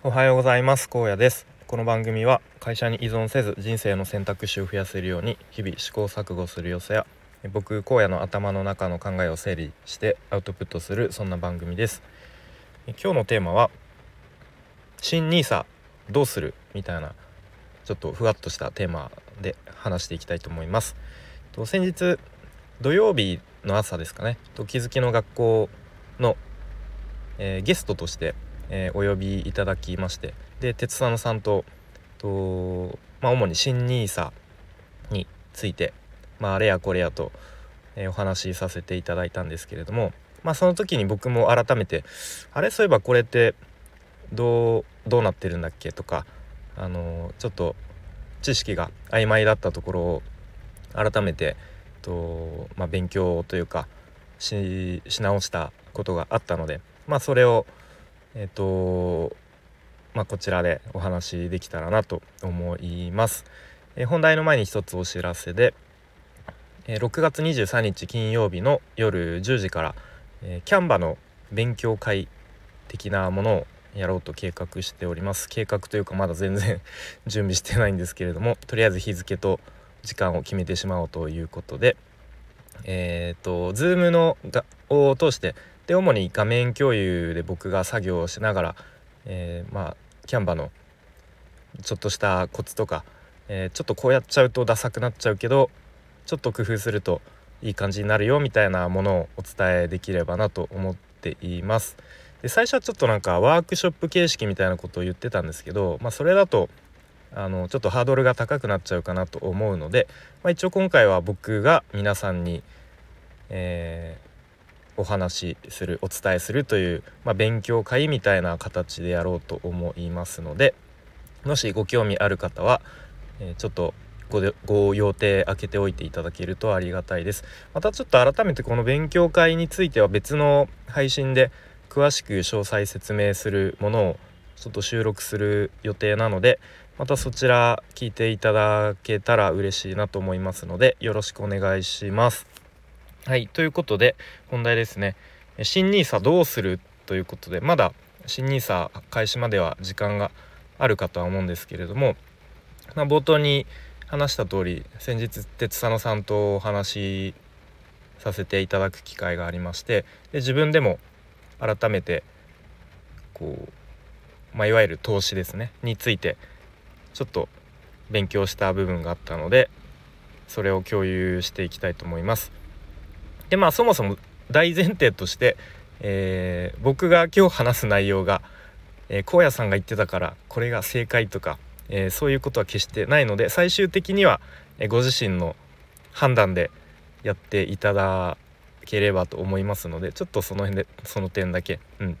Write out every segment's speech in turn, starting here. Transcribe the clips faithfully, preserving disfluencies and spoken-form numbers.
おはようございます。荒野です。この番組は会社に依存せず人生の選択肢を増やせるように日々試行錯誤する様子や僕荒野の頭の中の考えを整理してアウトプットする、そんな番組です。今日のテーマは新ニーサどうするみたいなちょっとふわっとしたテーマで話していきたいと思います。と先日土曜日の朝ですかね、と気づきの学校の、えーゲストとしてえーお呼びいただきまして、で鉄佐野さんとと、まあ、主に新ニーサについて、まあ、あれやこれやと、えーお話しさせていただいたんですけれども、まあ、その時に僕も改めてあれそういえばこれってどうどうなってるんだっけとか、あのーちょっと知識が曖昧だったところを改めてと、まあ、勉強というかし、し直したことがあったので、まあ、それをえっとまあ、こちらでお話できたらなと思います。えー本題の前に一つお知らせで、えーろくがつにじゅうさんにち金曜日の夜じゅうじから、えーキャンバの勉強会的なものをやろうと計画しております。計画というかまだ全然準備してないんですけれども、とりあえず日付と時間を決めてしまおうということで、えっと Zoom のがを通してで主に画面共有で僕が作業をしながら、えーまあキャンバのちょっとしたコツとか、えーちょっとこうやっちゃうとダサくなっちゃうけどちょっと工夫するといい感じになるよみたいなものをお伝えできればなと思っています。で最初はちょっとなんかワークショップ形式みたいなことを言ってたんですけど、まあ、それだとあのちょっとハードルが高くなっちゃうかなと思うので、まあ、一応今回は僕が皆さんに、えーお話しするお伝えするという、まあ、勉強会みたいな形でやろうと思いますので、もしご興味ある方は、えーちょっとごでご予定開けておいていただけるとありがたいです。またちょっと改めてこの勉強会については別の配信で詳しく詳細説明するものをちょっと収録する予定なので、またそちら聞いていただけたら嬉しいなと思いますのでよろしくお願いします。はい、ということで本題ですね。新ニーサどうするということで、まだ新ニーサ開始までは時間があるかとは思うんですけれども、まあ、冒頭に話した通り先日鉄佐野さんとお話しさせていただく機会がありまして、で自分でも改めてこう、まあ、いわゆる投資ですねについてちょっと勉強した部分があったので、それを共有していきたいと思います。でまあそもそも大前提として、えー僕が今日話す内容が、えー、荒野さんが言ってたからこれが正解とか、えーそういうことは決してないので、最終的には、えーご自身の判断でやっていただければと思いますので、ちょっとその辺でその点だけ、うん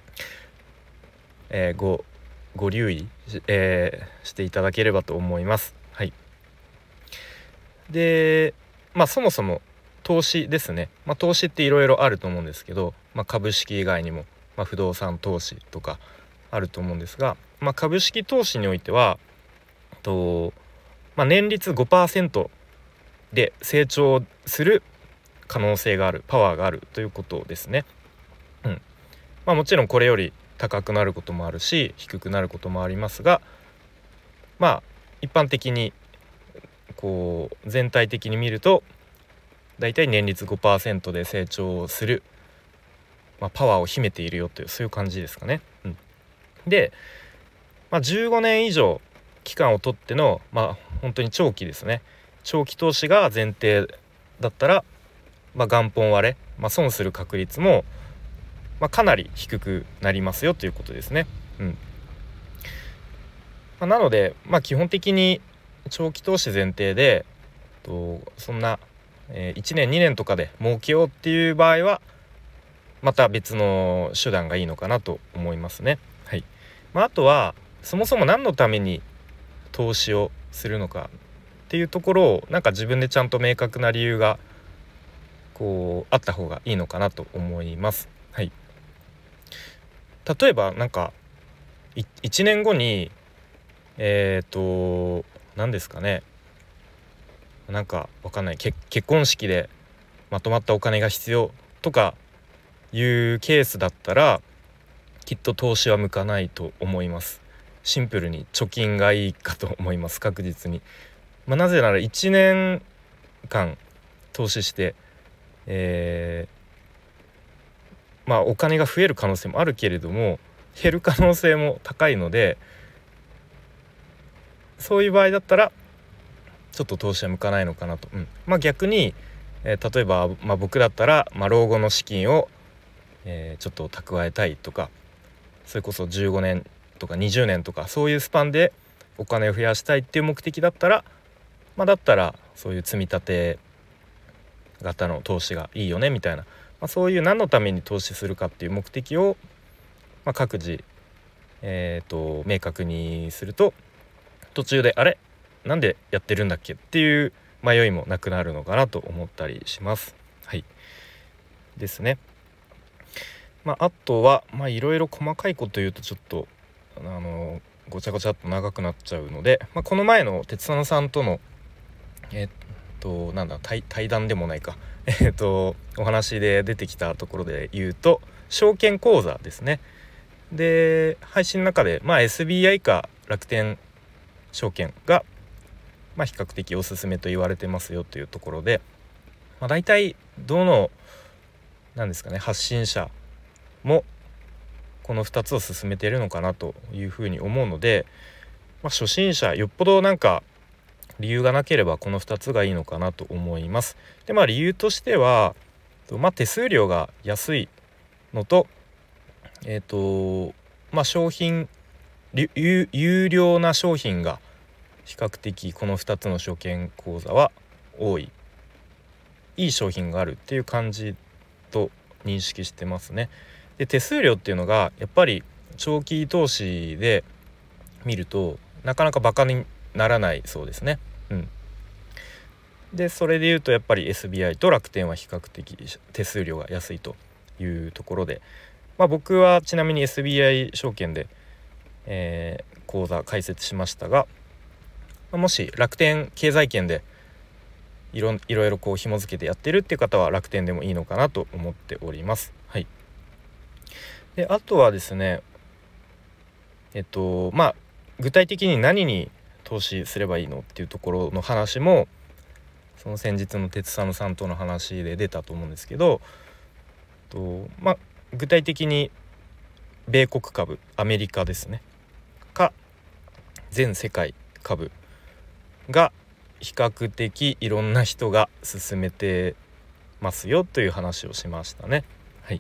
えーごご留意し、えーしていただければと思います。はい。でまあそもそも投資ですね、まあ、投資っていろいろあると思うんですけど、まあ、株式以外にも、まあ、不動産投資とかあると思うんですが、まあ、株式投資においてはと、まあ、年率ごパーセントで成長する可能性がある、パワーがあるということですね。うんまあ、もちろんこれより高くなることもあるし低くなることもありますが、まあ一般的にこう全体的に見るとだいたい年率 ごパーセント で成長する、まあ、パワーを秘めているよという、そういう感じですかね。うん、で、まあ、じゅうごねん以上期間をとっての、まあ、本当に長期ですね、長期投資が前提だったら、まあ、元本割れ、まあ、損する確率も、まあ、かなり低くなりますよということですね。うんまあ、なので、まあ、基本的に長期投資前提でとそんな、えーいちねんにねんとかで儲けようっていう場合はまた別の手段がいいのかなと思いますね。はい。まあ、あとはそもそも何のために投資をするのかっていうところをなんか自分でちゃんと明確な理由がこうあった方がいいのかなと思います。はい。例えばなんかいいちねんごにえっと何ですかね、なんかわかんない、結結婚式でまとまったお金が必要とかいうケースだったら、 きっと投資は向かないと思います。シンプルに貯金がいいかと思います、確実に。まあ、なぜならいちねんかん投資して、えー、まあお金が増える可能性もあるけれども減る可能性も高いので、そういう場合だったらちょっと投資は向かないのかなと、うん、まあ逆に、えー、例えば、まあ、僕だったら、まあ、老後の資金を、えー、ちょっと蓄えたいとか、それこそじゅうごねんとかにじゅうねんとかそういうスパンでお金を増やしたいっていう目的だったら、まあ、だったらそういう積み立て型の投資がいいよねみたいな、まあ、そういう何のために投資するかっていう目的を、まあ、各自、えー、と明確にすると、途中であれなんでやってるんだっけっていう迷いもなくなるのかなと思ったりします。はいですね。まあ、あとはまあいろいろ細かいこと言うとちょっとあのごちゃごちゃっと長くなっちゃうので、まあ、この前の鉄佐野さんとのえっとなんだ 対, 対談でもないかえっとお話で出てきたところで言うと、証券口座ですね。で配信の中で、まあ、エスビーアイ か楽天証券が、まあ、比較的おすすめと言われてますよというところで、まあ、大体どのなんですかね発信者もこのふたつを進めているのかなというふうに思うので、まあ、初心者よっぽどなんか理由がなければこのふたつがいいのかなと思います。でまあ理由としては、まあ、手数料が安いのと、えっとまあ商品有, 有料な商品が比較的このふたつの証券口座は多い、いい商品があるっていう感じと認識してますね。で手数料っていうのがやっぱり長期投資で見るとなかなかバカにならないそうですね。うん、でそれでいうとやっぱり エスビーアイ と楽天は比較的手数料が安いというところで、まあ、僕はちなみに エスビーアイ 証券で、えー、口座開設しましたが、もし楽天経済圏でいろいろいろこう紐付けてやってるっていう方は楽天でもいいのかなと思っております。はい。であとはですねえっとまあ具体的に何に投資すればいいのっていうところの話もその先日の鉄佐野さんとの話で出たと思うんですけど、とまあ具体的に米国株アメリカですねか全世界株が比較的いろんな人が進めてますよという話をしましたね。はい。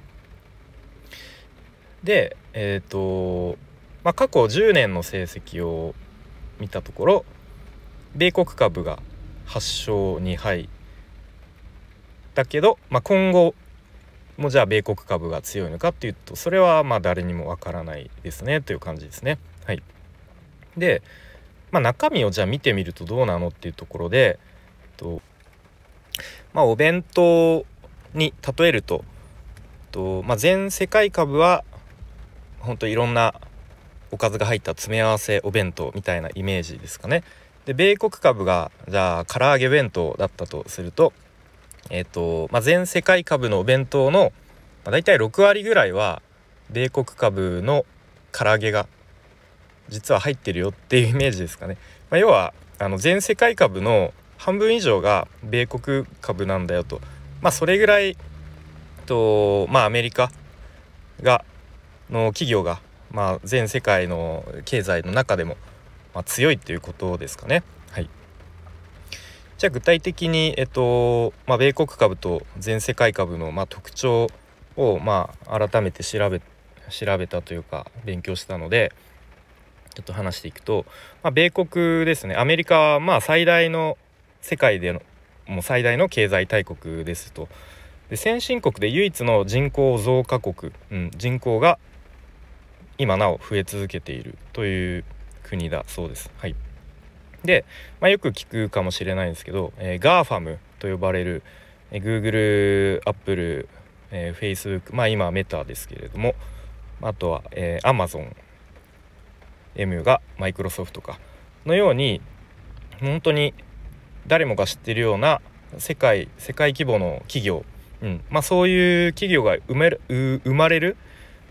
でえっとまあ過去じゅうねんの成績を見たところ、米国株がはちしょうにはいだけど、まあ、今後もじゃあ米国株が強いのかっていうと、それはまあ誰にもわからないですねという感じですね。はい。で、まあ、中身をじゃあ見てみるとどうなのっていうところで、とまあ、お弁当に例えると、と、まあ、全世界株は本当いろんなおかずが入った詰め合わせお弁当みたいなイメージですかね。で米国株がじゃあ唐揚げ弁当だったとすると、えーとまあ、全世界株のお弁当の、まあ、だいたいろくわりぐらいは米国株の唐揚げが実は入ってるよっていうイメージですかね。まあ、要はあの全世界株の半分以上が米国株なんだよと、まあ、それぐらいと、まあ、アメリカがの企業が、まあ、全世界の経済の中でも、まあ、強いっていうことですかね。はい。じゃあ具体的に、えっとまあ、米国株と全世界株の、まあ、特徴を、まあ、改めて調べ調べたというか勉強したのでちょっと話していくと、まあ、米国ですね。アメリカはまあ最大の世界でのもう最大の経済大国ですと。で先進国で唯一の人口増加国、うん、人口が今なお増え続けているという国だそうです。はい。で、まあ、よく聞くかもしれないんですけど、えー、ガーファム と呼ばれる、えー、Google、Apple、えー、Facebook、まあ今はメタですけれども、あとは、えー、Amazon、M がマイクロソフトかのように本当に誰もが知っているような世界世界規模の企業、うんまあ、そういう企業が生まれる、生まれる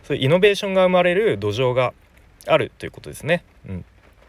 そういうイノベーションが生まれる土壌があるということですね。うん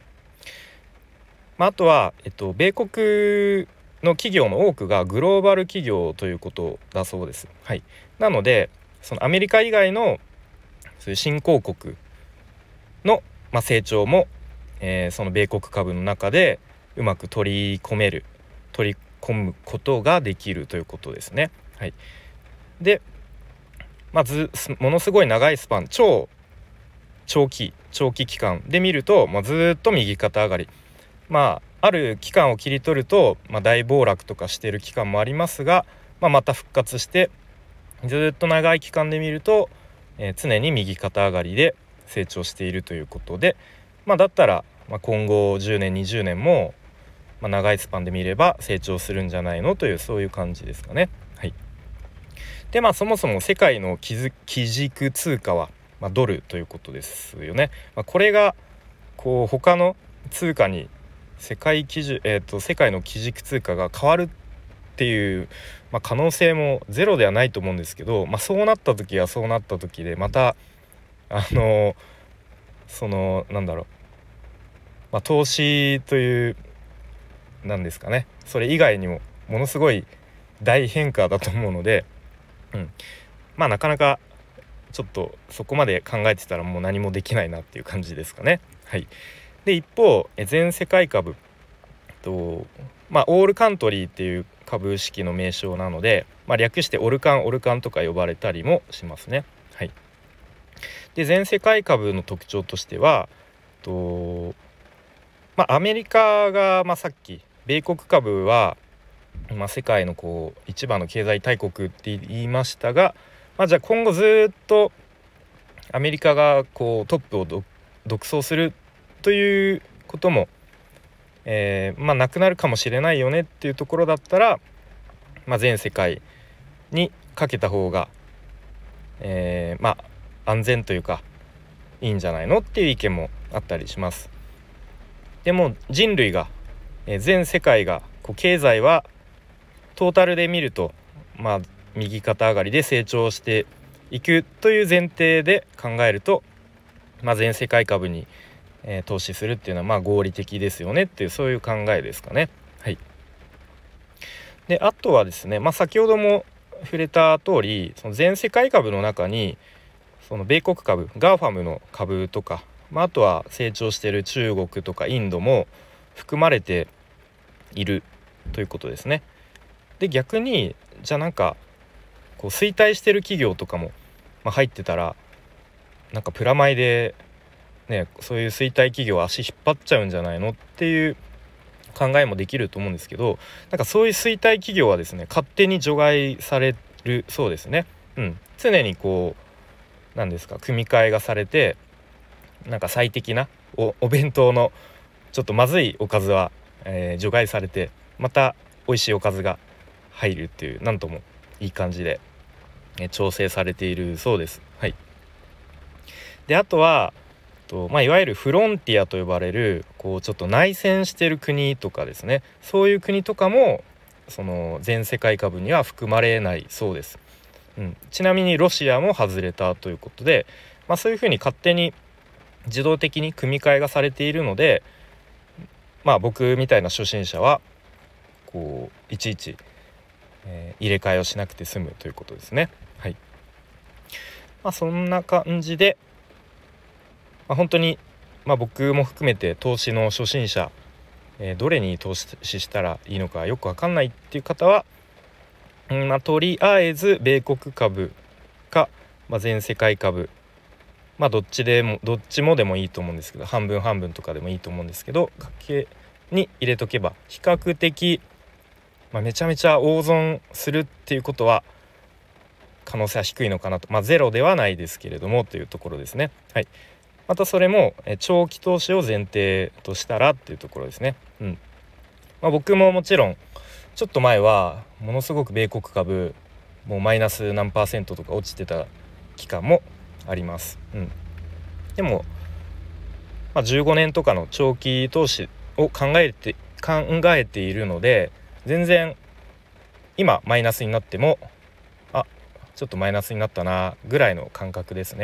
まあ、あとは、えっと、米国の企業の多くがグローバル企業ということだそうです。はい、なのでそのアメリカ以外のそういう新興国の、まあ、成長も、えー、その米国株の中でうまく取り込める取り込むことができるということですね。はい、で、まあ、ずものすごい長いスパン超長期長期期間で見ると、まあ、ずっと右肩上がり、まあ、ある期間を切り取ると、まあ、大暴落とかしている期間もありますが、まあ、また復活してずっと長い期間で見ると、えー、常に右肩上がりで成長しているということで、まあ、だったら、まあ、今後じゅうねんにじゅうねんも、まあ、長いスパンで見れば成長するんじゃないのというそういう感じですかね。はい、でまあそもそも世界の基軸通貨は、まあ、ドルということですよね。まあ、これがこう他の通貨に世界基準、えーと、世界の基軸通貨が変わるっていう、まあ、可能性もゼロではないと思うんですけど、まあ、そうなった時はそうなった時でまたあのそのなんだろう、まあ、投資というなんですかね、それ以外にもものすごい大変化だと思うので、うん、まあなかなかちょっとそこまで考えてたらもう何もできないなっていう感じですかね。はい、で一方全世界株と、まあ、オールカントリーっていう株式の名称なので、まあ、略してオルカンオルカンとか呼ばれたりもしますね。はい、で全世界株の特徴としてはと、まあ、アメリカが、まあ、さっき米国株は、まあ、世界のこう一番の経済大国って言いましたが、まあ、じゃあ今後ずっとアメリカがこうトップを独走するということも、えーまあ、なくなるかもしれないよねっていうところだったら、まあ、全世界にかけた方が、えー、まあ安全というかいいんじゃないのっていう意見もあったりします。でも人類が、えー、全世界がこう経済はトータルで見ると、まあ、右肩上がりで成長していくという前提で考えると、まあ、全世界株に、えー、投資するっていうのはまあ合理的ですよねっていうそういう考えですかね。はい、であとはですね、まあ、先ほども触れた通りその全世界株の中にその米国株 ガーファム の株とか、まあ、あとは成長している中国とかインドも含まれているということですね。で逆にじゃあなんかこう衰退してる企業とかも、まあ、入ってたらなんかプラマイで、ね、そういう衰退企業足引っ張っちゃうんじゃないのっていう考えもできると思うんですけど、なんかそういう衰退企業はですね勝手に除外されるそうですね。うん、常にこうなんですか組み替えがされてなんか最適な お, お弁当のちょっとまずいおかずは、えー、除外されてまた美味しいおかずが入るっていうなんともいい感じで、えー、調整されているそうです。はい、であとはと、まあ、いわゆるフロンティアと呼ばれるこうちょっと内戦してる国とかですね、そういう国とかもその全世界株には含まれないそうです。うん、ちなみにロシアも外れたということで、まあ、そういうふうに勝手に自動的に組み替えがされているので、まあ、僕みたいな初心者はこういちいち、えー、入れ替えをしなくて済むということですね。はい、まあ、そんな感じで、まあ、本当に、まあ、僕も含めて投資の初心者、えー、どれに投資したらいいのかよく分かんないっていう方は、うんまあ、とりあえず米国株か、まあ、全世界株、まあどっちでもどっちもでもいいと思うんですけど、半分半分とかでもいいと思うんですけど、家計に入れとけば比較的、まあ、めちゃめちゃ大損するっていうことは可能性は低いのかなと、まあゼロではないですけれどもというところですね。はい、またそれも長期投資を前提としたらっていうところですね。うんまあ、僕ももちろんちょっと前はものすごく米国株もうマイナス何パーセントとか落ちてた期間もあります。うん、でも、まあ、じゅうごねんとかの長期投資を考えて考えているので、全然今マイナスになってもあちょっとマイナスになったなぐらいの感覚ですね。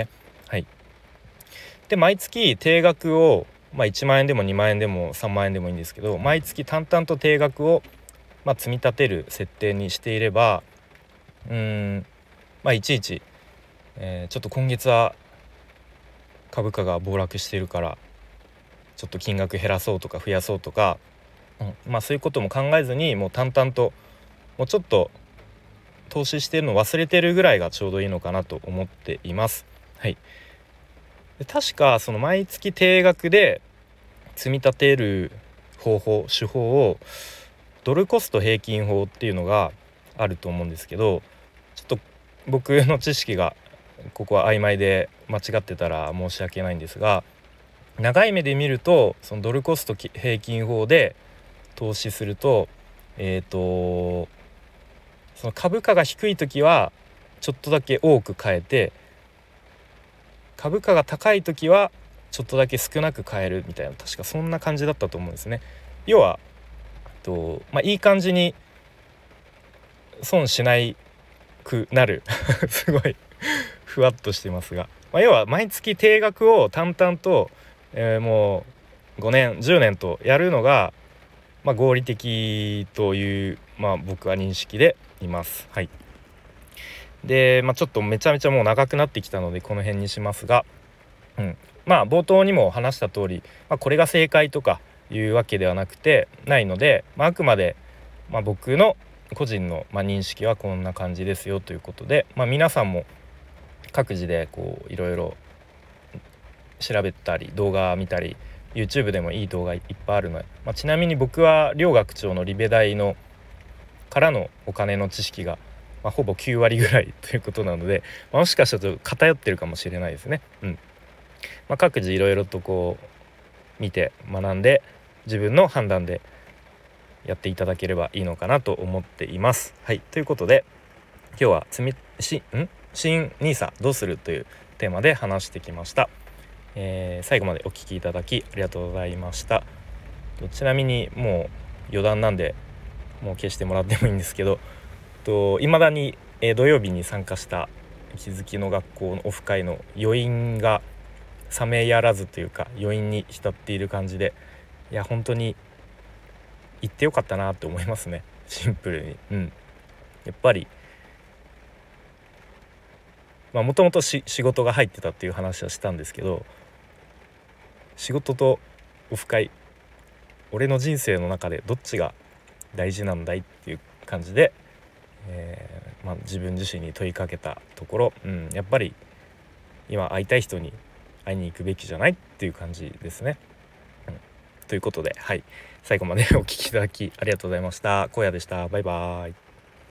はい。で毎月定額を、まあ、いちまんえんでもにまんえんでもさんまんえんでもいいんですけど、毎月淡々と定額を、まあ、積み立てる設定にしていれば、うーんまあいちいち、えー、ちょっと今月は株価が暴落しているからちょっと金額減らそうとか増やそうとか、うん、まあそういうことも考えずに、もう淡々ともうちょっと投資しているのを忘れてるぐらいがちょうどいいのかなと思っています。はい。で確かその毎月定額で積み立てる方法手法をドルコスト平均法っていうのがあると思うんですけど、ちょっと僕の知識がここは曖昧で間違ってたら申し訳ないんですが、長い目で見るとそのドルコスト平均法で投資すると、えーとその株価が低い時はちょっとだけ多く買えて、株価が高い時はちょっとだけ少なく買えるみたいな、確かそんな感じだったと思うんですね。要はと、まあ、いい感じに損しないくなるすごいふわっとしてますが、まあ、要は毎月定額を淡々と、えー、もうごねんじゅうねんとやるのが、まあ、合理的という、まあ、僕は認識でいます。はい。で、まあ、ちょっとめちゃめちゃもう長くなってきたのでこの辺にしますが、うん、まあ冒頭にも話した通り、まあ、これが正解とかいうわけではなくてないので、まあ、あくまで、まあ、僕の個人の、まあ、認識はこんな感じですよということで、まあ、皆さんも各自でこういろいろ調べたり動画見たり YouTube でもいい動画いっぱいあるので、まあ、ちなみに僕は両学長のリベ大のからのお金の知識が、まあ、ほぼきゅうわりぐらいということなので、まあ、もしかしたら偏ってるかもしれないですね。うんまあ、各自いろいろとこう見て学んで自分の判断でやっていただければいいのかなと思っています。はい、ということで今日は積みしん新ニーサどうするというテーマで話してきました。えー、最後までお聞きいただきありがとうございました。ちなみにもう余談なんでもう消してもらってもいいんですけど、いまだに、えー、土曜日に参加した気づきの学校のオフ会の余韻が冷めやらずというか余韻に浸っている感じで、いや本当に行ってよかったなって思いますね。シンプルに、うん、やっぱりまあもともと仕事が入ってたっていう話はしたんですけど、仕事とオフ会俺の人生の中でどっちが大事なんだいっていう感じで、えーまあ、自分自身に問いかけたところ、うん、やっぱり今会いたい人に会いに行くべきじゃないっていう感じですね。うん、ということで、はい、最後までお聞きいただきありがとうございました。荒野でした。バイバーイ。